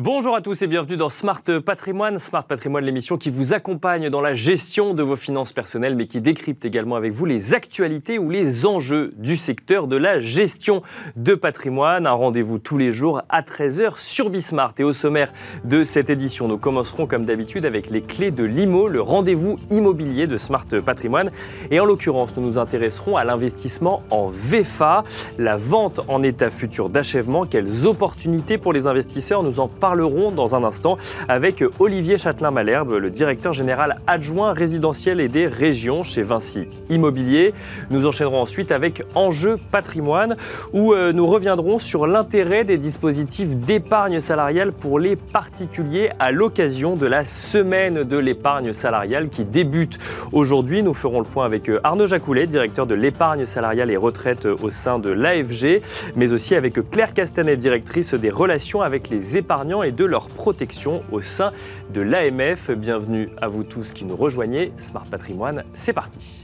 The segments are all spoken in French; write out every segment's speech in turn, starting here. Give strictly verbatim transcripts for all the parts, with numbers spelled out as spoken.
Bonjour à tous et bienvenue dans Smart Patrimoine. Smart Patrimoine, l'émission qui vous accompagne dans la gestion de vos finances personnelles, mais qui décrypte également avec vous les actualités ou les enjeux du secteur de la gestion de patrimoine. Un rendez-vous tous les jours à treize heures sur Bismart. Et au sommaire de cette édition, nous commencerons comme d'habitude avec les clés de l'I M O, le rendez-vous immobilier de Smart Patrimoine. Et en l'occurrence, nous nous intéresserons à l'investissement en V F A, la vente en état futur d'achèvement. Quelles opportunités pour les investisseurs? Nous en parlerons dans un instant avec Olivier Chatelain-Malherbe, le directeur général adjoint résidentiel et des régions chez Vinci Immobilier. Nous enchaînerons ensuite avec Enjeux Patrimoine, où nous reviendrons sur l'intérêt des dispositifs d'épargne salariale pour les particuliers à l'occasion de la semaine de l'épargne salariale qui débute aujourd'hui. Nous ferons le point avec Arnaud Jacoulet, directeur de l'épargne salariale et retraite au sein de l'A F G, mais aussi avec Claire Castanet, directrice des relations avec les épargnants et de leur protection au sein de l'A M F. Bienvenue à vous tous qui nous rejoignez. Smart Patrimoine, c'est parti.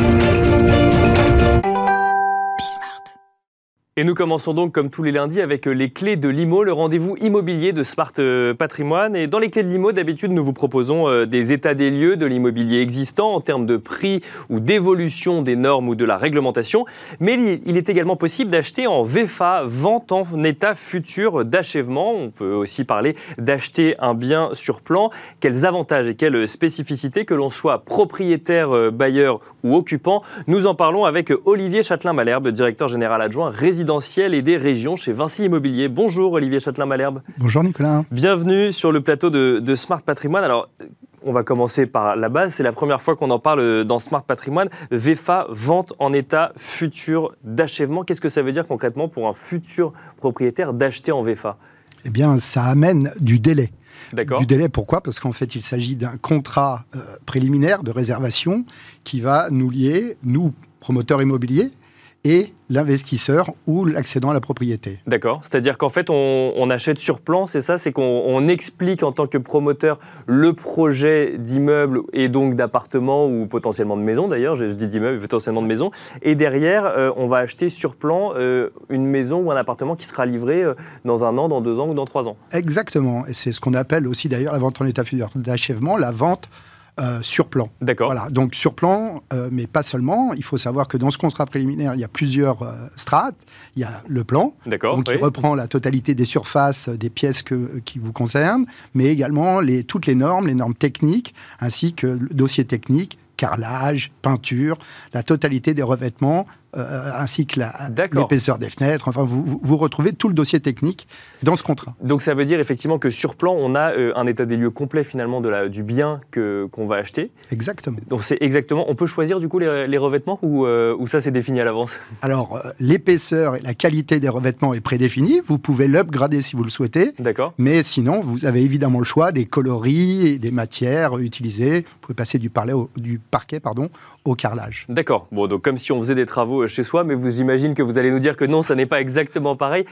Et nous commençons donc comme tous les lundis avec les clés de l'I M O, le rendez-vous immobilier de Smart Patrimoine. Et dans les clés de l'I M O, d'habitude, nous vous proposons des états des lieux de l'immobilier existant en termes de prix ou d'évolution des normes ou de la réglementation. Mais il est également possible d'acheter en V F A, vente en état futur d'achèvement. On peut aussi parler d'acheter un bien sur plan. Quels avantages et quelles spécificités, que l'on soit propriétaire, bailleur ou occupant. Nous en parlons avec Olivier Chatelain-Malherbe, directeur général adjoint résidentiel et des régions chez Vinci Immobilier. Bonjour Olivier Chatelain-Malherbe. Bonjour Nicolas. Bienvenue sur le plateau de, de Smart Patrimoine. Alors, on va commencer par la base. C'est la première fois qu'on en parle dans Smart Patrimoine. V F A, vente en état futur d'achèvement. Qu'est-ce que ça veut dire concrètement pour un futur propriétaire d'acheter en V F A? Eh bien, ça amène du délai. D'accord. Du délai, pourquoi? Parce qu'en fait, il s'agit d'un contrat euh, préliminaire de réservation qui va nous lier, nous, promoteurs immobiliers, et l'investisseur ou l'accédant à la propriété. D'accord. C'est-à-dire qu'en fait, on, on achète sur plan, c'est ça? C'est qu'on on explique en tant que promoteur le projet d'immeuble et donc d'appartement ou potentiellement de maison d'ailleurs, je, je dis d'immeuble et potentiellement de maison, et derrière, euh, on va acheter sur plan euh, une maison ou un appartement qui sera livré euh, dans un an, dans deux ans ou dans trois ans. Exactement. Et c'est ce qu'on appelle aussi d'ailleurs la vente en état futur d'achèvement, la vente Euh, sur plan. D'accord. Voilà, donc sur plan, euh, mais pas seulement. Il faut savoir que dans ce contrat préliminaire, il y a plusieurs euh, strates. Il y a le plan, D'accord, donc oui. qui reprend la totalité des surfaces des pièces que, qui vous concernent, mais également les, toutes les normes, les normes techniques, ainsi que le dossier technique, carrelage, peinture, la totalité des revêtements, euh, ainsi que la, l'épaisseur des fenêtres. Enfin, vous, vous retrouvez tout le dossier technique dans ce contrat. Donc ça veut dire effectivement que sur plan, on a euh, un état des lieux complet finalement de la, du bien que, qu'on va acheter. Exactement. Donc c'est exactement, on peut choisir du coup les, les revêtements ou, euh, ou ça c'est défini à l'avance? Alors, euh, l'épaisseur et la qualité des revêtements est prédéfinie. Vous pouvez l'upgrader si vous le souhaitez. D'accord. Mais sinon, vous avez évidemment le choix des coloris et des matières utilisées. Vous pouvez passer du, parler au, du parquet pardon, au carrelage. D'accord. Bon, donc comme si on faisait des travaux chez soi, mais vous, j'imagine que vous allez nous dire que non, ça n'est pas exactement pareil.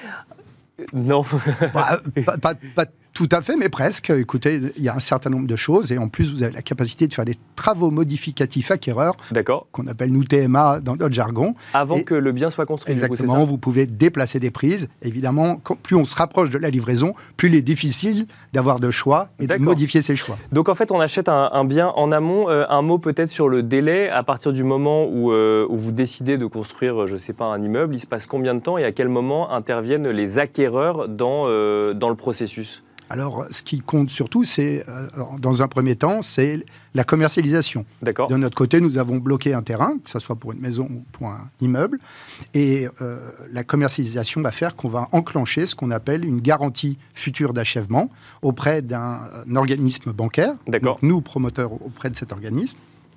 Non. Bah, pas, pas, pas tout à fait, mais presque. Écoutez, il y a un certain nombre de choses et en plus, vous avez la capacité de faire des travaux modificatifs acquéreurs, D'accord. qu'on appelle nous T M A dans notre jargon. Avant et que le bien soit construit. Exactement, du coup, vous pouvez déplacer des prises. Évidemment, quand, plus on se rapproche de la livraison, plus il est difficile d'avoir de choix et D'accord. de modifier ses choix. Donc en fait, on achète un, un bien en amont. Euh, un mot peut-être sur le délai. À partir du moment où, euh, où vous décidez de construire, je ne sais pas, un immeuble, il se passe combien de temps et à quel moment interviennent les acquéreurs dans, euh, dans le processus? Alors, ce qui compte surtout, c'est, euh, dans un premier temps, c'est la commercialisation. D'accord. De notre côté, nous avons bloqué un terrain, que ce soit pour une maison ou pour un immeuble. Et euh, la commercialisation va faire qu'on va enclencher ce qu'on appelle une garantie future d'achèvement auprès d'un un organisme bancaire. D'accord. Donc, nous, promoteurs auprès de cet organisme.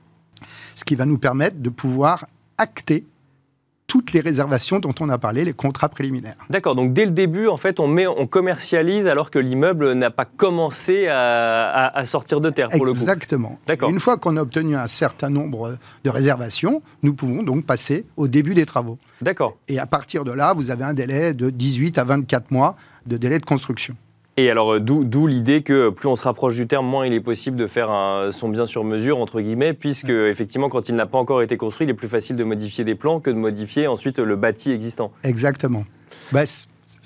Ce qui va nous permettre de pouvoir acter toutes les réservations dont on a parlé, les contrats préliminaires. D'accord, donc dès le début, en fait, on, met, on commercialise alors que l'immeuble n'a pas commencé à, à, à sortir de terre, pour Exactement. le coup. Exactement. D'accord. Une fois qu'on a obtenu un certain nombre de réservations, nous pouvons donc passer au début des travaux. D'accord. Et à partir de là, vous avez un délai de dix-huit à vingt-quatre mois de délai de construction. Et alors, d'où, d'où l'idée que plus on se rapproche du terme, moins il est possible de faire un, son bien sur mesure, entre guillemets, puisque, effectivement, quand il n'a pas encore été construit, il est plus facile de modifier des plans que de modifier ensuite le bâti existant. Exactement. Bah, c'est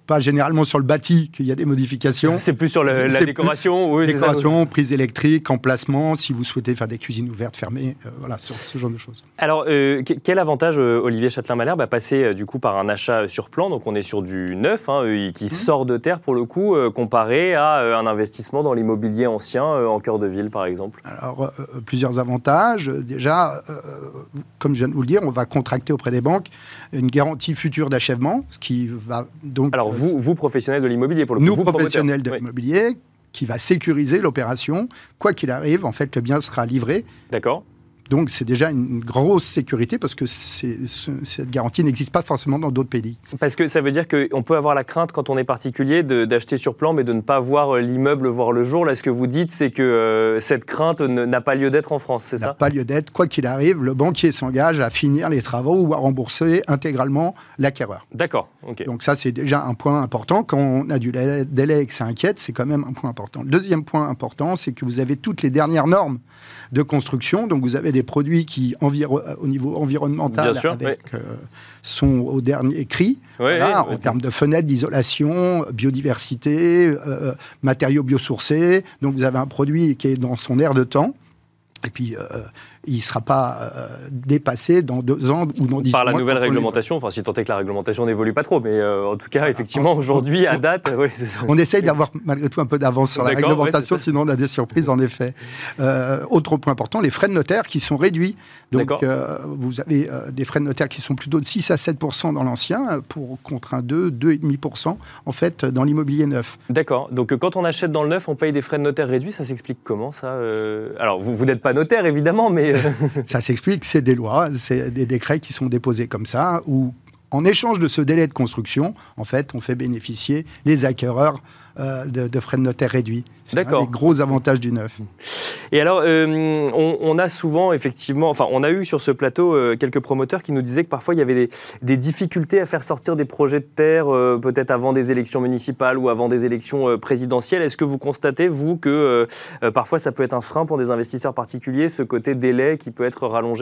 pas généralement sur le bâti qu'il y a des modifications. C'est plus sur le, la c'est décoration. Oui, décoration, prise électrique, emplacement, si vous souhaitez faire des cuisines ouvertes, fermées, euh, voilà, sur ce genre de choses. Alors, euh, quel avantage, euh, Olivier Châtelain-Malherbe, à passer euh, du coup par un achat sur plan, donc on est sur du neuf, hein, euh, qui mmh. sort de terre pour le coup, euh, comparé à euh, un investissement dans l'immobilier ancien, euh, en cœur de ville par exemple? Alors, euh, plusieurs avantages. Déjà, euh, comme je viens de vous le dire, on va contracter auprès des banques une garantie future d'achèvement, ce qui va donc... Alors, vous, vous professionnels de l'immobilier, pour le coup. Nous, vous, professionnels de oui. l'immobilier, qui va sécuriser l'opération. Quoi qu'il arrive, en fait, le bien sera livré. D'accord. Donc, c'est déjà une grosse sécurité parce que c'est, cette garantie n'existe pas forcément dans d'autres pays. Parce que ça veut dire qu'on peut avoir la crainte, quand on est particulier, de, d'acheter sur plan, mais de ne pas voir l'immeuble voir le jour. Là, ce que vous dites, c'est que euh, cette crainte ne, n'a pas lieu d'être en France, c'est ça? N'a pas lieu d'être. Quoi qu'il arrive, le banquier s'engage à finir les travaux ou à rembourser intégralement l'acquéreur. D'accord. Okay. Donc ça, c'est déjà un point important. Quand on a du délai et que ça inquiète, c'est quand même un point important. Le deuxième point important, c'est que vous avez toutes les dernières normes de construction. Donc, vous avez des produits qui, enviro- au niveau environnemental, sûr, avec, oui. euh, sont au dernier cri. Oui, voilà, oui, en oui. termes de fenêtres, d'isolation, biodiversité, euh, matériaux biosourcés. Donc, vous avez un produit qui est dans son air de temps. Et puis, euh, il ne sera pas euh, dépassé dans deux ans ou dans dix ans. Par la nouvelle réglementation, enfin, si tant est que la réglementation n'évolue pas trop, mais euh, en tout cas, effectivement, aujourd'hui, à date... Oui, on essaye d'avoir malgré tout un peu d'avance sur la D'accord, réglementation, ouais, sinon on a des surprises, en effet. Euh, autre point important, les frais de notaire qui sont réduits. Donc, euh, vous avez euh, des frais de notaire qui sont plutôt de six à sept pour cent dans l'ancien, pour, contre un deux, deux virgule cinq pour cent en fait, dans l'immobilier neuf. D'accord. Donc, quand on achète dans le neuf, on paye des frais de notaire réduits. Ça s'explique comment, ça euh... Alors, vous, vous n'êtes pas notaire, évidemment, mais... Ça s'explique, c'est des lois, c'est des décrets qui sont déposés comme ça, où, en échange de ce délai de construction, en fait, on fait bénéficier les acquéreurs euh, de, de frais de notaire réduits. C'est D'accord. un des gros avantages du neuf. Et alors, euh, on, on a souvent, effectivement, enfin, on a eu sur ce plateau euh, quelques promoteurs qui nous disaient que parfois, il y avait des, des difficultés à faire sortir des projets de terre, euh, peut-être avant des élections municipales ou avant des élections euh, présidentielles. Est-ce que vous constatez, vous, que euh, euh, parfois, ça peut être un frein pour des investisseurs particuliers, ce côté délai qui peut être rallongé ?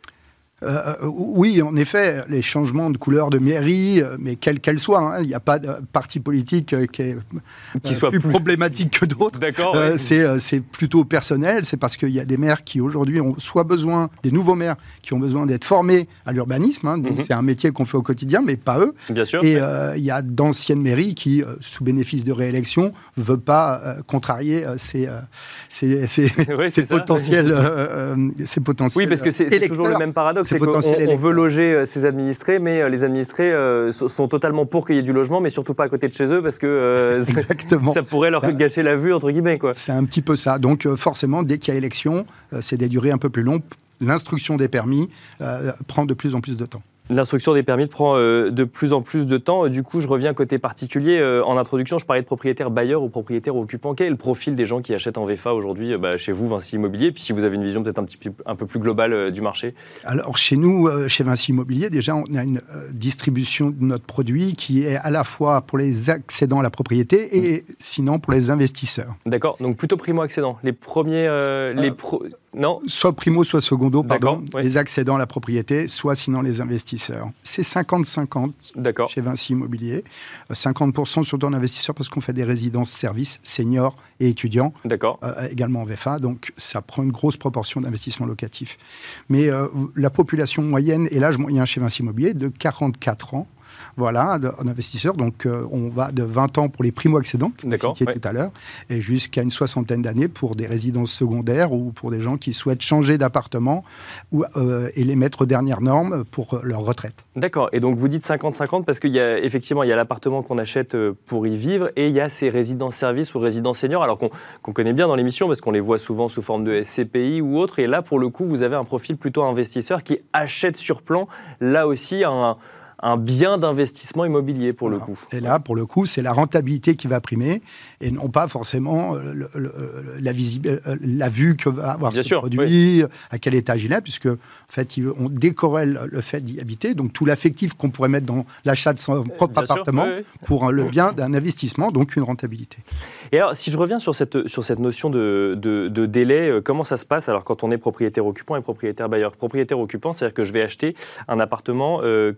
Euh, oui, en effet, les changements de couleur de mairie, euh, mais quelle qu'elle soit, hein, il n'y a pas de parti politique euh, qui est qui euh, soit plus, plus problématique que d'autres. D'accord. Euh, ouais. c'est, euh, c'est plutôt personnel, c'est parce qu'il y a des maires qui aujourd'hui ont soit besoin, des nouveaux maires qui ont besoin d'être formés à l'urbanisme, hein, donc mm-hmm. c'est un métier qu'on fait au quotidien, mais pas eux. Bien sûr. Et euh, il y a d'anciennes mairies qui, euh, sous bénéfice de réélection, ne veulent pas euh, contrarier euh, ces, euh, ces, ces, ouais, ces, potentiels, euh, ces potentiels. Oui, parce que c'est, c'est toujours le même paradoxe, c'est qu'on on veut loger ses administrés, mais les administrés euh, sont totalement pour qu'il y ait du logement, mais surtout pas à côté de chez eux, parce que euh, ça pourrait leur ça, gâcher la vue, entre guillemets, quoi. C'est un petit peu ça. Donc euh, forcément, dès qu'il y a élection, euh, c'est des durées un peu plus longues. L'instruction des permis euh, prend de plus en plus de temps. L'instruction des permis prend euh, de plus en plus de temps. Du coup, je reviens côté particulier. Euh, en introduction, je parlais de propriétaires bailleurs ou propriétaires occupants. Quel est le profil des gens qui achètent en V F A aujourd'hui euh, bah, chez vous, Vinci Immobilier? Puis si vous avez une vision peut-être un, petit, un peu plus globale euh, du marché. Alors, chez nous, euh, chez Vinci Immobilier, déjà, on a une euh, distribution de notre produit qui est à la fois pour les accédants à la propriété et mmh. sinon pour les investisseurs. D'accord. Donc, plutôt primo-accédants. Les premiers... Euh, les pro... Non. Soit primo, soit secondo, pardon. Ouais. Les accédants à la propriété, soit sinon les investisseurs. C'est cinquante cinquante D'accord. chez Vinci Immobilier. cinquante pour cent surtout en investisseurs parce qu'on fait des résidences-services seniors et étudiants. D'accord. Euh, également en V F A. Donc, ça prend une grosse proportion d'investissement locatif. Mais euh, la population moyenne et l'âge moyen chez Vinci Immobilier est de quarante-quatre ans. Voilà, en investisseur. Donc, euh, on va de vingt ans pour les primo-accédants, que vous citiez ouais. tout à l'heure, et jusqu'à une soixantaine d'années pour des résidences secondaires ou pour des gens qui souhaitent changer d'appartement ou, euh, et les mettre aux dernières normes pour leur retraite. D'accord. Et donc, vous dites cinquante cinquante parce qu'il y a effectivement, il y a l'appartement qu'on achète pour y vivre et il y a ces résidences-services ou résidences seniors, alors qu'on, qu'on connaît bien dans l'émission parce qu'on les voit souvent sous forme de S C P I ou autre. Et là, pour le coup, vous avez un profil plutôt investisseur qui achète sur plan, là aussi, un... un bien d'investissement immobilier, pour Alors, le coup. Et là, pour le coup, c'est la rentabilité qui va primer et non pas forcément le, le, la, visible, la vue que va avoir Bien ce sûr, produit, oui. à quel étage il est, puisque en fait, on décorrèle le fait d'y habiter, donc tout l'affectif qu'on pourrait mettre dans l'achat de son propre bien appartement sûr, oui, oui. pour le bien d'un investissement, donc une rentabilité. Et alors, si je reviens sur cette, sur cette notion de, de, de délai, euh, comment ça se passe alors quand on est propriétaire occupant et propriétaire bailleur? Propriétaire occupant, c'est-à-dire que je vais acheter un appartement euh, que je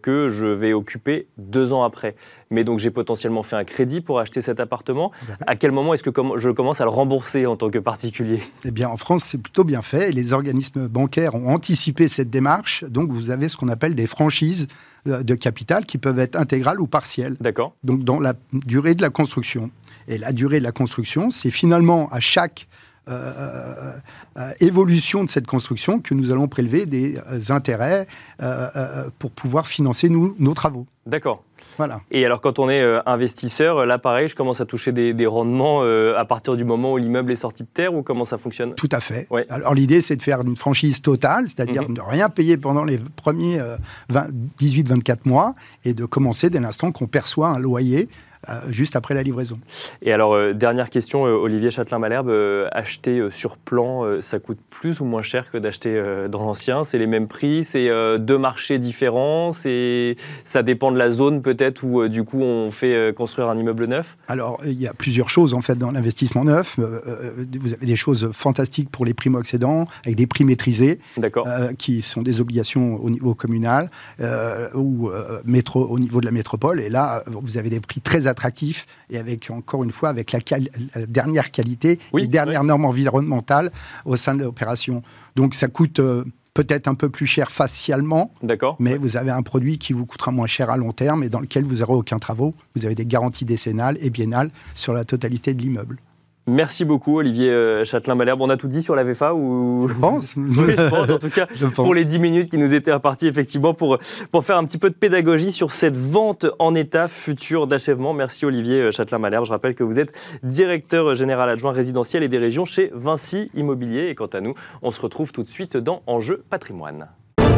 vais occuper deux ans après. Mais donc j'ai potentiellement fait un crédit pour acheter cet appartement. À quel moment est-ce que je commence à le rembourser en tant que particulier ? Eh bien, en France, c'est plutôt bien fait. Et les organismes bancaires ont anticipé cette démarche. Donc, vous avez ce qu'on appelle des franchises de capital qui peuvent être intégrales ou partielles. D'accord. Donc, dans la durée de la construction. Et la durée de la construction, c'est finalement à chaque euh, euh, évolution de cette construction que nous allons prélever des euh, intérêts euh, euh, pour pouvoir financer nous, nos travaux. D'accord. Voilà. Et alors, quand on est euh, investisseur, là, pareil, je commence à toucher des, des rendements euh, à partir du moment où l'immeuble est sorti de terre, ou comment ça fonctionne ? Tout à fait. Ouais. Alors, l'idée, c'est de faire une franchise totale, c'est-à-dire Mm-hmm. de ne rien payer pendant les premiers euh, dix-huit vingt-quatre mois et de commencer dès l'instant qu'on perçoit un loyer euh, juste après la livraison. Et alors, euh, dernière question, euh, Olivier Chatelain-Malherbe, euh, acheter euh, sur plan, euh, ça coûte plus ou moins cher que d'acheter euh, dans l'ancien ? C'est les mêmes prix ? C'est euh, deux marchés différents ? C'est... Ça dépend de la zone peut-être où euh, du coup on fait euh, construire un immeuble neuf ? Alors, il y a plusieurs choses en fait dans l'investissement neuf. Euh, euh, vous avez des choses fantastiques pour les primo-accédants, avec des prix maîtrisés, euh, qui sont des obligations au niveau communal euh, ou euh, métro, au niveau de la métropole. Et là, vous avez des prix très attractifs et avec, encore une fois, avec la, quali- la dernière qualité, oui, les dernières oui. normes environnementales au sein de l'opération. Donc, ça coûte... Euh, peut-être un peu plus cher facialement, D'accord. mais vous avez un produit qui vous coûtera moins cher à long terme et dans lequel vous n'aurez aucun travaux. Vous avez des garanties décennales et biennales sur la totalité de l'immeuble. Merci beaucoup, Olivier Chatelain-Malherbe. On a tout dit sur la V F A ou... Je pense. Oui, je pense, en tout cas, pour les dix minutes qui nous étaient reparties, effectivement, pour, pour faire un petit peu de pédagogie sur cette vente en état futur d'achèvement. Merci, Olivier Chatelain-Malherbe. Je rappelle que vous êtes directeur général adjoint résidentiel et des régions chez Vinci Immobilier. Et quant à nous, on se retrouve tout de suite dans Enjeu Patrimoine.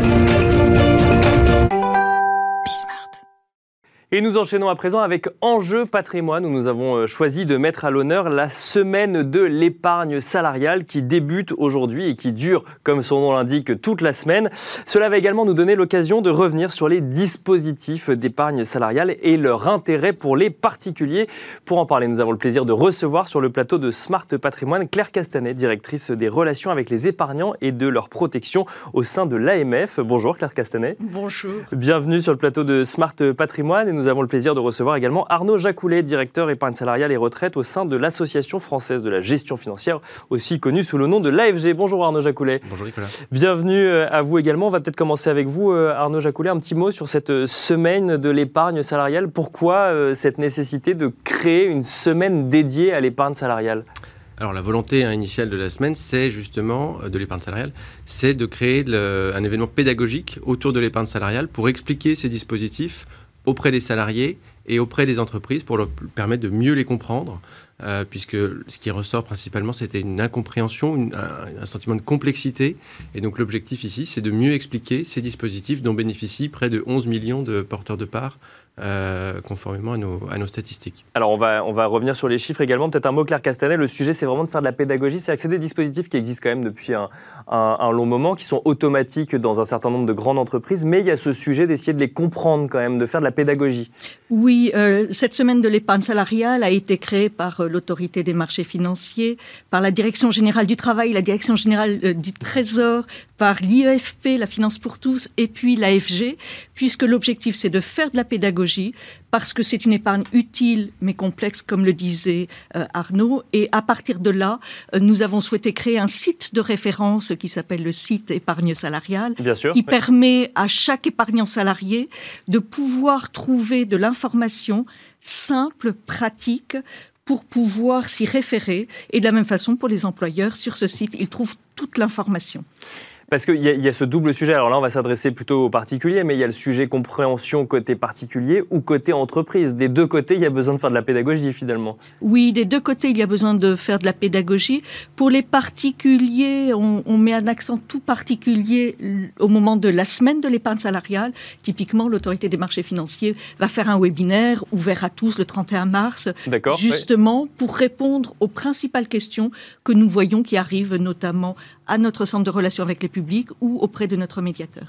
Et nous enchaînons à présent avec Enjeu Patrimoine, où nous avons choisi de mettre à l'honneur la semaine de l'épargne salariale qui débute aujourd'hui et qui dure, comme son nom l'indique, toute la semaine. Cela va également nous donner l'occasion de revenir sur les dispositifs d'épargne salariale et leur intérêt pour les particuliers. Pour en parler, nous avons le plaisir de recevoir sur le plateau de Smart Patrimoine Claire Castanet, directrice des relations avec les épargnants et de leur protection au sein de l'A M F. Bonjour Claire Castanet. Bonjour. Bienvenue sur le plateau de Smart Patrimoine. Et nous avons le plaisir de recevoir également Arnaud Jacoulet, directeur épargne salariale et retraite au sein de l'Association française de la gestion financière, aussi connue sous le nom de l'A F G. Bonjour Arnaud Jacoulet. Bonjour Nicolas. Bienvenue à vous également. On va peut-être commencer avec vous, Arnaud Jacoulet. Un petit mot sur cette semaine de l'épargne salariale. Pourquoi cette nécessité de créer une semaine dédiée à l'épargne salariale ? Alors la volonté hein, initiale de la semaine, c'est justement, de l'épargne salariale, c'est de créer le, un événement pédagogique autour de l'épargne salariale pour expliquer ces dispositifs auprès des salariés et auprès des entreprises pour leur permettre de mieux les comprendre, euh, puisque ce qui ressort principalement, c'était une incompréhension, une, un, un sentiment de complexité. Et donc l'objectif ici, c'est de mieux expliquer ces dispositifs dont bénéficient près de onze millions de porteurs de parts, Euh, conformément à nos, à nos statistiques. Alors on va, on va revenir sur les chiffres également. Peut-être un mot, Claire Castanet. Le sujet, c'est vraiment de faire de la pédagogie. C'est accéder à des dispositifs qui existent quand même depuis un, un, un long moment, qui sont automatiques dans un certain nombre de grandes entreprises. Mais il y a ce sujet d'essayer de les comprendre quand même, de faire de la pédagogie. Oui, euh, cette semaine de l'épargne salariale a été créée par euh, l'autorité des marchés financiers, par la Direction générale du travail, la Direction générale euh, du Trésor, par l'I E F P, la Finance pour tous, et puis l'A F G, puisque l'objectif, c'est de faire de la pédagogie parce que c'est une épargne utile mais complexe, comme le disait euh, Arnaud. Et à partir de là, euh, nous avons souhaité créer un site de référence qui s'appelle le site épargne salariale, Bien sûr, qui oui. permet à chaque épargnant salarié de pouvoir trouver de l'information simple, pratique, pour pouvoir s'y référer. Et de la même façon, pour les employeurs, sur ce site, ils trouvent toute l'information. Parce qu'il y, y a ce double sujet. Alors là, on va s'adresser plutôt aux particuliers, mais il y a le sujet compréhension côté particulier ou côté entreprise. Des deux côtés, il y a besoin de faire de la pédagogie, finalement. Oui, des deux côtés, il y a besoin de faire de la pédagogie. Pour les particuliers, on, on met un accent tout particulier au moment de la semaine de l'épargne salariale. Typiquement, l'autorité des marchés financiers va faire un webinaire ouvert à tous le trente et un mars, D'accord, justement oui. pour répondre aux principales questions que nous voyons qui arrivent notamment à notre centre de relations avec les publics ou auprès de notre médiateur.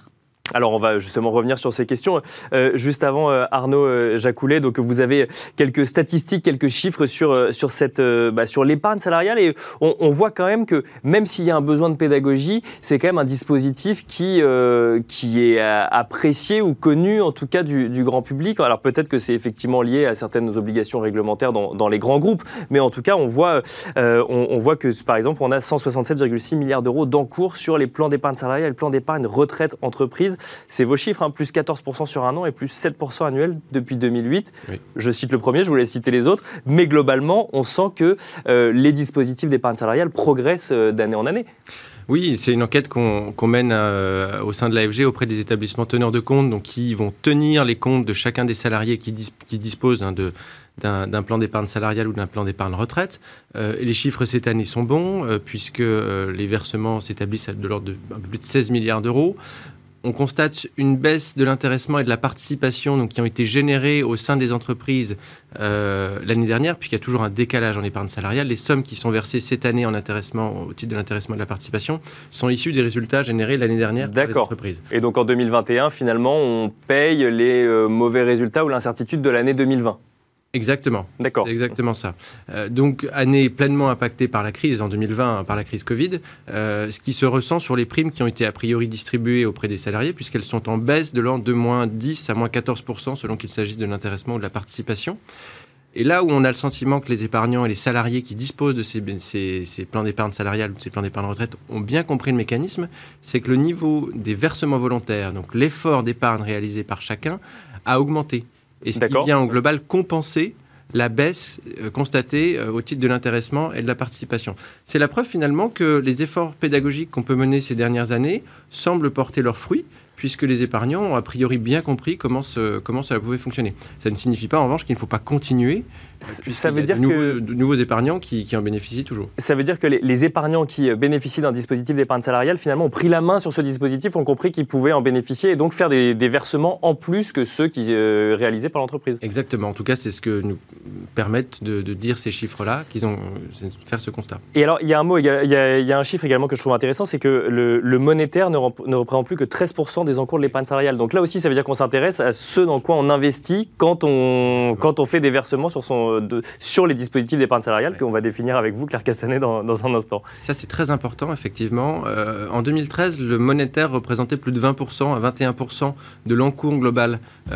Alors, on va justement revenir sur ces questions. Euh, juste avant, euh, Arnaud euh, Jacoulet, donc vous avez quelques statistiques, quelques chiffres sur, euh, sur, cette, euh, bah, sur l'épargne salariale. Et on, on voit quand même que même s'il y a un besoin de pédagogie, c'est quand même un dispositif qui, euh, qui est apprécié ou connu, en tout cas, du, du grand public. Alors, peut-être que c'est effectivement lié à certaines obligations réglementaires dans, dans les grands groupes. Mais en tout cas, on voit, euh, on, on voit que, par exemple, on a cent soixante-sept virgule six milliards d'euros d'encours sur les plans d'épargne salariale et le plan d'épargne retraite entreprise. C'est vos chiffres, hein, plus quatorze pour cent sur un an et plus sept pour cent annuel depuis deux mille huit. Oui. Je cite le premier, je vous laisse citer les autres. Mais globalement, on sent que euh, les dispositifs d'épargne salariale progressent euh, d'année en année. Oui, c'est une enquête qu'on, qu'on mène euh, au sein de l'A F G auprès des établissements teneurs de comptes, donc qui vont tenir les comptes de chacun des salariés qui, dis, qui disposent hein, de, d'un, d'un plan d'épargne salariale ou d'un plan d'épargne retraite. Euh, les chiffres cette année sont bons, euh, puisque euh, les versements s'établissent de l'ordre de un peu plus de seize milliards d'euros. On constate une baisse de l'intéressement et de la participation donc, qui ont été générées au sein des entreprises euh, l'année dernière, puisqu'il y a toujours un décalage en épargne salariale. Les sommes qui sont versées cette année en intéressement, au titre de l'intéressement et de la participation sont issues des résultats générés l'année dernière par les entreprises. Et donc en deux mille vingt et un, finalement, on paye les euh, mauvais résultats ou l'incertitude de l'année deux mille vingt. Exactement. D'accord. C'est exactement ça. Euh, donc, année pleinement impactée par la crise, en deux mille vingt, par la crise Covid, euh, ce qui se ressent sur les primes qui ont été a priori distribuées auprès des salariés, puisqu'elles sont en baisse de l'ordre de moins dix à moins quatorze pour cent, selon qu'il s'agisse de l'intéressement ou de la participation. Et là où on a le sentiment que les épargnants et les salariés qui disposent de ces, ces, ces plans d'épargne salariale ou de ces plans d'épargne retraite ont bien compris le mécanisme, c'est que le niveau des versements volontaires, donc l'effort d'épargne réalisé par chacun, a augmenté. Et ce qui vient en global compenser la baisse euh, constatée euh, au titre de l'intéressement et de la participation. C'est la preuve finalement que les efforts pédagogiques qu'on peut mener ces dernières années semblent porter leurs fruits, puisque les épargnants ont a priori bien compris comment, ce, comment cela pouvait fonctionner. Ça ne signifie pas en revanche qu'il ne faut pas continuer. Ça veut dire de nouveaux, que de nouveaux épargnants qui, qui en bénéficient toujours. Ça veut dire que les, les épargnants qui bénéficient d'un dispositif d'épargne salariale, finalement, ont pris la main sur ce dispositif, ont compris qu'ils pouvaient en bénéficier et donc faire des, des versements en plus que ceux qui euh, réalisés par l'entreprise. Exactement. En tout cas, c'est ce que nous permettent de, de dire ces chiffres-là, qu'ils ont c'est faire ce constat. Et alors, il y a un mot, il y a, il y a, il y a un chiffre également que je trouve intéressant, c'est que le, le monétaire ne, rep, ne représente plus que treize pour cent des encours de l'épargne salariale. Donc là aussi, ça veut dire qu'on s'intéresse à ce dans quoi on investit quand on, quand on fait des versements sur son de, sur les dispositifs d'épargne salariale, ouais, qu'on va définir avec vous, Claire Castanet, dans, dans un instant. Ça, c'est très important, effectivement. Euh, en deux mille treize, le monétaire représentait plus de vingt pour cent à vingt et un pour cent de l'encours global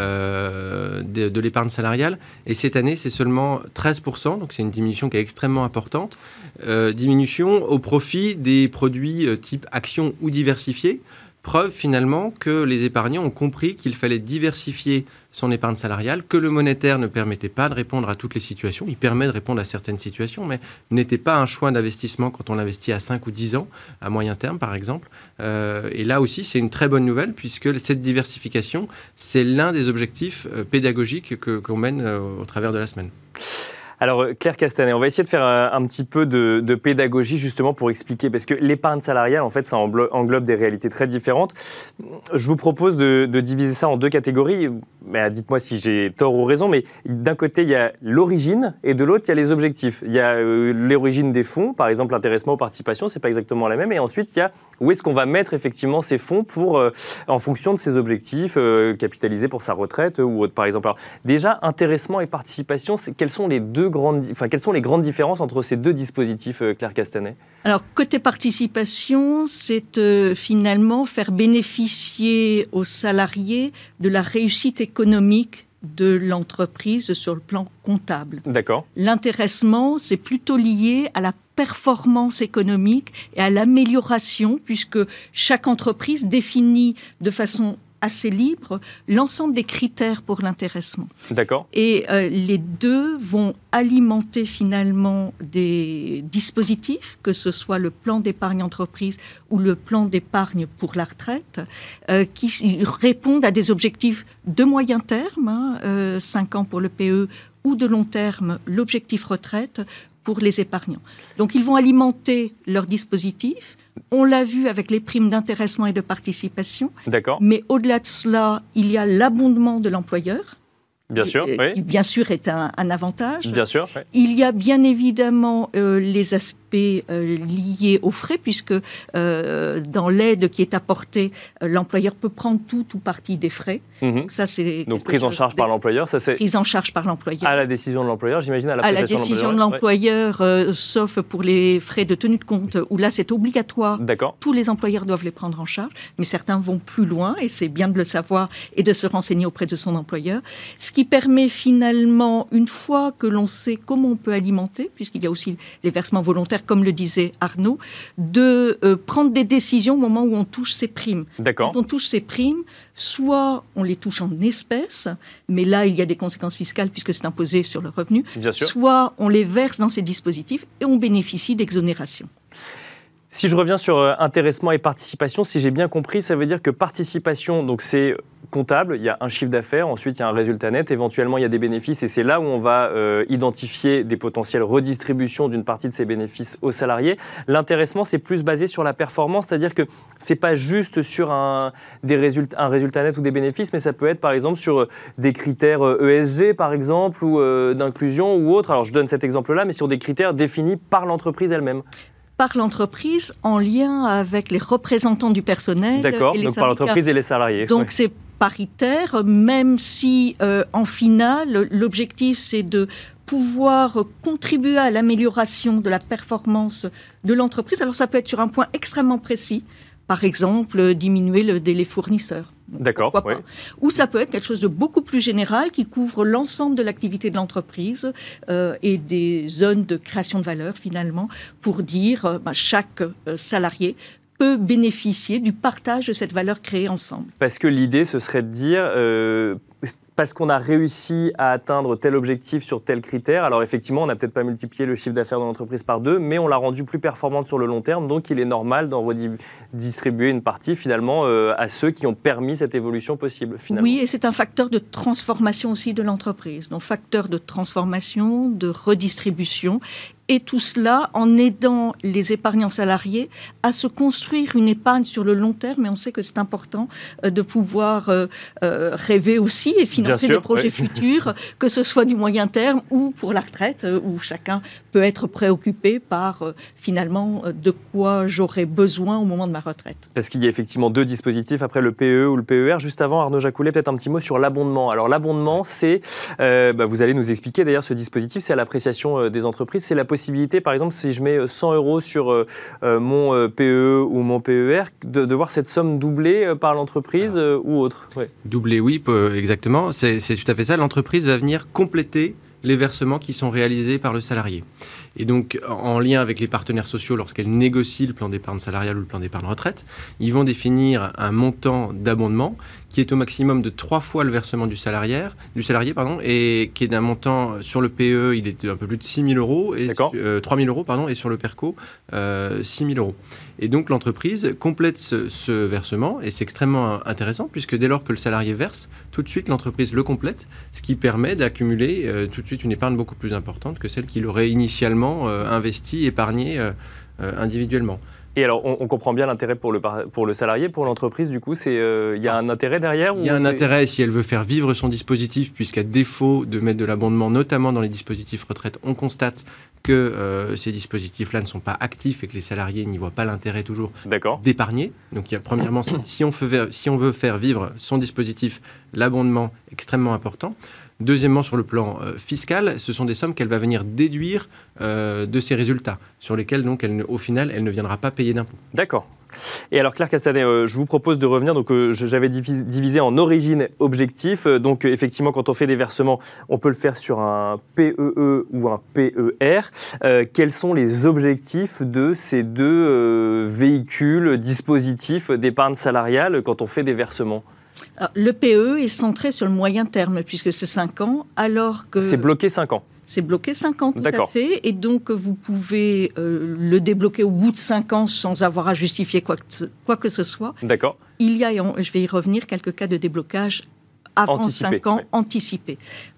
euh, de, de l'épargne salariale. Et cette année, c'est seulement treize pour cent, donc c'est une diminution qui est extrêmement importante. Euh, diminution au profit des produits euh, type actions ou diversifiés. Preuve finalement que les épargnants ont compris qu'il fallait diversifier son épargne salariale, que le monétaire ne permettait pas de répondre à toutes les situations. Il permet de répondre à certaines situations, mais n'était pas un choix d'investissement quand on investit à cinq ou dix ans, à moyen terme par exemple. Euh, et là aussi, c'est une très bonne nouvelle, puisque cette diversification, c'est l'un des objectifs euh, pédagogiques que, qu'on mène euh, au travers de la semaine. Alors, Claire Castanet, on va essayer de faire un, un petit peu de, de pédagogie justement pour expliquer, parce que l'épargne salariale, en fait, ça englobe des réalités très différentes. Je vous propose de, de diviser ça en deux catégories. Mais dites-moi si j'ai tort ou raison, mais d'un côté, il y a l'origine et de l'autre, il y a les objectifs. Il y a euh, l'origine des fonds, par exemple l'intéressement ou participation, c'est pas exactement la même. Et ensuite, il y a où est-ce qu'on va mettre effectivement ces fonds pour, euh, en fonction de ses objectifs, euh, capitaliser pour sa retraite ou autre, par exemple. Alors, déjà, intéressement et participation, c'est, quelles sont les deux grandes, enfin, quelles sont les grandes différences entre ces deux dispositifs, euh, Claire Castanet ? Alors, côté participation, c'est euh, finalement faire bénéficier aux salariés de la réussite économique de l'entreprise sur le plan comptable. D'accord. L'intéressement, c'est plutôt lié à la performance économique et à l'amélioration, puisque chaque entreprise définit de façon assez libre l'ensemble des critères pour l'intéressement. D'accord. Et euh, les deux vont alimenter finalement des dispositifs, que ce soit le plan d'épargne entreprise ou le plan d'épargne pour la retraite, euh, qui répondent à des objectifs de moyen terme, hein, euh, cinq ans pour le P E, ou de long terme, l'objectif retraite pour les épargnants. Donc ils vont alimenter leurs dispositifs. On l'a vu avec les primes d'intéressement et de participation. D'accord. Mais au-delà de cela, il y a l'abondement de l'employeur. Bien sûr, qui, oui. Qui, bien sûr, est un, un avantage. Bien sûr. Oui. Il y a bien évidemment euh, les aspects aspect euh, lié aux frais, puisque euh, dans l'aide qui est apportée, euh, l'employeur peut prendre tout ou partie des frais. Mmh. Donc, ça, c'est Donc prise en charge de... par l'employeur, ça c'est prise en charge par l'employeur. À la décision de l'employeur, j'imagine, à la, à la décision de l'employeur, ouais. euh, sauf pour les frais de tenue de compte, où là c'est obligatoire. D'accord. Tous les employeurs doivent les prendre en charge, mais certains vont plus loin, et c'est bien de le savoir et de se renseigner auprès de son employeur. Ce qui permet finalement, une fois que l'on sait comment on peut alimenter, puisqu'il y a aussi les versements volontaires, comme le disait Arnaud, de euh, prendre des décisions au moment où on touche ses primes. D'accord. Quand on touche ses primes, soit on les touche en espèces, mais là il y a des conséquences fiscales puisque c'est imposé sur le revenu, Bien sûr. Soit on les verse dans ces dispositifs et on bénéficie d'exonération. Si je reviens sur euh, intéressement et participation, si j'ai bien compris, ça veut dire que participation, donc c'est comptable, il y a un chiffre d'affaires, ensuite il y a un résultat net, éventuellement il y a des bénéfices et c'est là où on va euh, identifier des potentielles redistributions d'une partie de ces bénéfices aux salariés. L'intéressement, c'est plus basé sur la performance, c'est-à-dire que c'est pas juste sur un, des résultats, un résultat net ou des bénéfices, mais ça peut être par exemple sur des critères E S G par exemple, ou euh, d'inclusion ou autre. Alors je donne cet exemple-là, mais sur des critères définis par l'entreprise elle-même. Par l'entreprise en lien avec les représentants du personnel. D'accord, et les donc par l'entreprise et les salariés. Donc ouais. c'est paritaire, même si euh, en finale, l'objectif c'est de pouvoir contribuer à l'amélioration de la performance de l'entreprise. Alors ça peut être sur un point extrêmement précis, par exemple diminuer le délai fournisseur. D'accord. Oui. Ou ça peut être quelque chose de beaucoup plus général qui couvre l'ensemble de l'activité de l'entreprise euh, et des zones de création de valeur finalement, pour dire euh, bah, chaque euh, salarié peut bénéficier du partage de cette valeur créée ensemble. Parce que l'idée, ce serait de dire, euh, parce qu'on a réussi à atteindre tel objectif sur tel critère, alors effectivement, on n'a peut-être pas multiplié le chiffre d'affaires de l'entreprise par deux, mais on l'a rendu plus performante sur le long terme, donc il est normal d'en redistribuer une partie finalement euh, à ceux qui ont permis cette évolution possible. Finalement. Oui, et c'est un facteur de transformation aussi de l'entreprise, donc facteur de transformation, de redistribution. Et tout cela en aidant les épargnants salariés à se construire une épargne sur le long terme. Mais on sait que c'est important euh, de pouvoir euh, euh, rêver aussi et financer sûr, des projets ouais. futurs, que ce soit du moyen terme ou pour la retraite, euh, où chacun peut être préoccupé par euh, finalement euh, de quoi j'aurai besoin au moment de ma retraite. Parce qu'il y a effectivement deux dispositifs, après le P E ou le P E R. Juste avant, Arnaud Jacoulet, peut-être un petit mot sur l'abondement. Alors l'abondement, c'est, euh, bah, vous allez nous expliquer d'ailleurs ce dispositif, c'est à l'appréciation euh, des entreprises, c'est la possibilité, par exemple, si je mets cent euros sur euh, mon euh, P E ou mon P E R, de, de voir cette somme doublée euh, par l'entreprise euh, ou autre. Ouais. Doublée, oui, peu, exactement. C'est, c'est tout à fait ça. L'entreprise va venir compléter les versements qui sont réalisés par le salarié. Et donc, en lien avec les partenaires sociaux, lorsqu'elles négocient le plan d'épargne salariale ou le plan d'épargne retraite, ils vont définir un montant d'abondement qui est au maximum de trois fois le versement du salarié, du salarié pardon, et qui est d'un montant, sur le P E, il est un peu plus de six mille euros, et euh, trois mille euros, pardon, et sur le PERCO, euh, six mille euros. Et donc, l'entreprise complète ce, ce versement, et c'est extrêmement intéressant, puisque dès lors que le salarié verse, tout de suite, l'entreprise le complète, ce qui permet d'accumuler euh, tout de suite une épargne beaucoup plus importante que celle qu'il aurait initialement euh, investi, épargné euh, euh, individuellement. Et alors, on, on comprend bien l'intérêt pour le, pour le salarié, pour l'entreprise, du coup, il euh, y a un intérêt derrière Il y a un intérêt si elle veut faire vivre son dispositif, puisqu'à défaut de mettre de l'abondement, notamment dans les dispositifs retraite, on constate que euh, ces dispositifs-là ne sont pas actifs et que les salariés n'y voient pas l'intérêt toujours D'accord. d'épargner. Donc, il y a premièrement, si on, fait, si on veut faire vivre son dispositif, l'abondement est extrêmement important. Deuxièmement, sur le plan euh, fiscal, ce sont des sommes qu'elle va venir déduire euh, de ses résultats, sur lesquels, donc, elle, au final, elle ne viendra pas payer d'impôts. D'accord. Et alors, Claire Castanet, euh, je vous propose de revenir. Donc, euh, j'avais divisé en origine objectif. Euh, donc, euh, effectivement, quand on fait des versements, on peut le faire sur un P E E ou un P E R. Euh, quels sont les objectifs de ces deux euh, véhicules, dispositifs d'épargne salariale quand on fait des versements ? Alors, le P E est centré sur le moyen terme, puisque c'est cinq ans, alors que... C'est bloqué cinq ans. C'est bloqué cinq ans, tout D'accord. à fait. Et donc, vous pouvez euh, le débloquer au bout de cinq ans sans avoir à justifier quoi que, quoi que ce soit. D'accord. Il y a, je vais y revenir, quelques cas de déblocage avant Anticipé, cinq ans ouais. anticipés.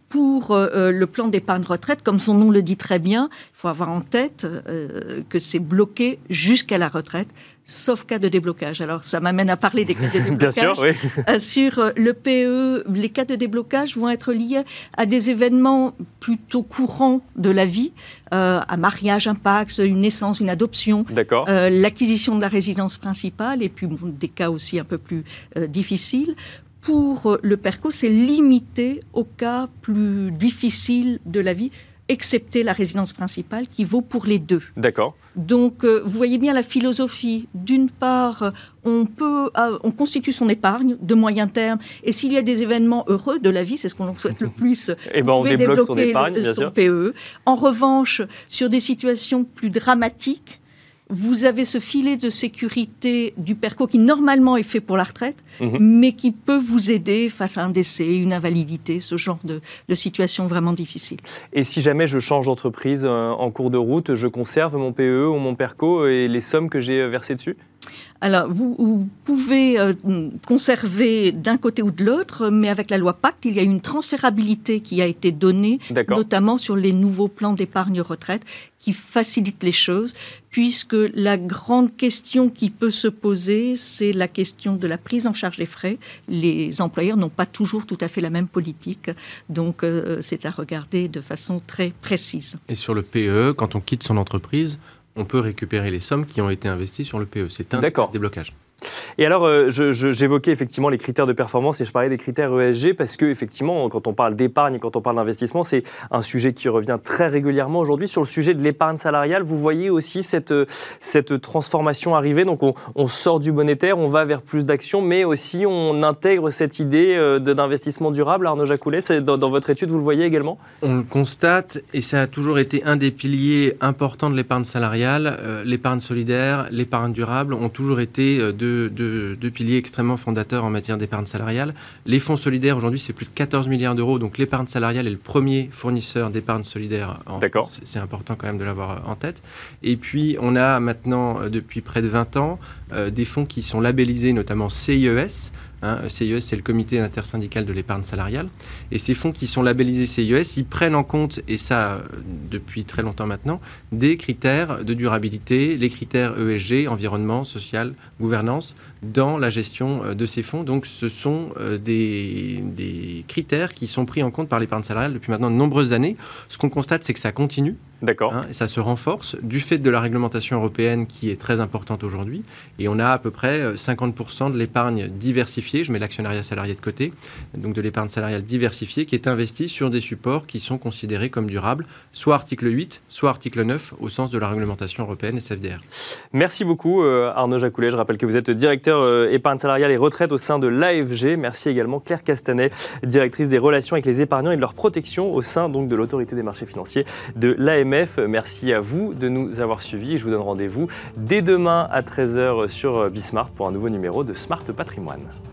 Pour euh, le plan d'épargne retraite, comme son nom le dit très bien, il faut avoir en tête euh, que c'est bloqué jusqu'à la retraite, sauf cas de déblocage. Alors, ça m'amène à parler des cas de déblocage. Bien sûr, oui. Euh, sur le P E, les cas de déblocage vont être liés à des événements plutôt courants de la vie, euh, un mariage, un Pacs, une naissance, une adoption, euh, l'acquisition de la résidence principale, et puis bon, des cas aussi un peu plus euh, difficiles. Pour le PERCO, c'est limité aux cas plus difficiles de la vie, excepté la résidence principale, qui vaut pour les deux. D'accord. Donc, euh, vous voyez bien la philosophie. D'une part, on peut, euh, on constitue son épargne de moyen terme, et s'il y a des événements heureux de la vie, c'est ce qu'on souhaite le plus, et ben, vous on pouvez débloque débloquer son épargne, le, bien son sûr. P E. En revanche, sur des situations plus dramatiques, vous avez ce filet de sécurité du PERCO qui, normalement, est fait pour la retraite, mmh. mais qui peut vous aider face à un décès, une invalidité, ce genre de, de situation vraiment difficile. Et si jamais je change d'entreprise euh, en cours de route, je conserve mon P E ou mon PERCO et les sommes que j'ai versées dessus ? Alors, vous, vous pouvez euh, conserver d'un côté ou de l'autre, mais avec la loi Pacte, il y a une transférabilité qui a été donnée, notamment sur les nouveaux plans d'épargne retraite, qui facilite les choses, puisque la grande question qui peut se poser, c'est la question de la prise en charge des frais. Les employeurs n'ont pas toujours tout à fait la même politique, donc euh, c'est à regarder de façon très précise. Et sur le P E, quand on quitte son entreprise, on peut récupérer les sommes qui ont été investies sur le P E. C'est un déblocage. Et alors, euh, je, je, j'évoquais effectivement les critères de performance et je parlais des critères E S G parce que, effectivement, quand on parle d'épargne et quand on parle d'investissement, c'est un sujet qui revient très régulièrement aujourd'hui. Sur le sujet de l'épargne salariale, vous voyez aussi cette, cette transformation arriver. Donc, on, on sort du monétaire, on va vers plus d'actions, mais aussi on intègre cette idée de, d'investissement durable. Arnaud Jacoulet, c'est dans, dans votre étude, vous le voyez également ? On le constate et ça a toujours été un des piliers importants de l'épargne salariale. Euh, l'épargne solidaire, l'épargne durable ont toujours été euh, deux Deux, deux, deux piliers extrêmement fondateurs en matière d'épargne salariale. Les fonds solidaires, aujourd'hui, c'est plus de quatorze milliards d'euros. Donc, l'épargne salariale est le premier fournisseur d'épargne solidaire en D'accord. France. C'est important quand même de l'avoir en tête. Et puis, on a maintenant, depuis près de vingt ans, euh, des fonds qui sont labellisés, notamment C I E S. Hein, C I E S, c'est le comité intersyndical de l'épargne salariale. Et ces fonds qui sont labellisés C I E S, ils prennent en compte, et ça depuis très longtemps maintenant, des critères de durabilité, les critères E S G, environnement, social, gouvernance, dans la gestion de ces fonds. Donc ce sont des, des critères qui sont pris en compte par l'épargne salariale depuis maintenant de nombreuses années. Ce qu'on constate, c'est que ça continue. D'accord. Hein, et ça se renforce du fait de la réglementation européenne qui est très importante aujourd'hui. Et on a à peu près cinquante pour cent de l'épargne diversifiée, je mets l'actionnariat salarié de côté, donc de l'épargne salariale diversifiée qui est investie sur des supports qui sont considérés comme durables, soit article huit, soit article neuf, au sens de la réglementation européenne S F D R. Merci beaucoup euh, Arnaud Jacoulet. Je rappelle que vous êtes directeur euh, épargne salariale et retraite au sein de l'A F G. Merci également Claire Castanet, directrice des relations avec les épargnants et de leur protection au sein donc, de l'autorité des marchés financiers de l'A M F. Merci à vous de nous avoir suivis et je vous donne rendez-vous dès demain à treize heures sur Bismart pour un nouveau numéro de Smart Patrimoine.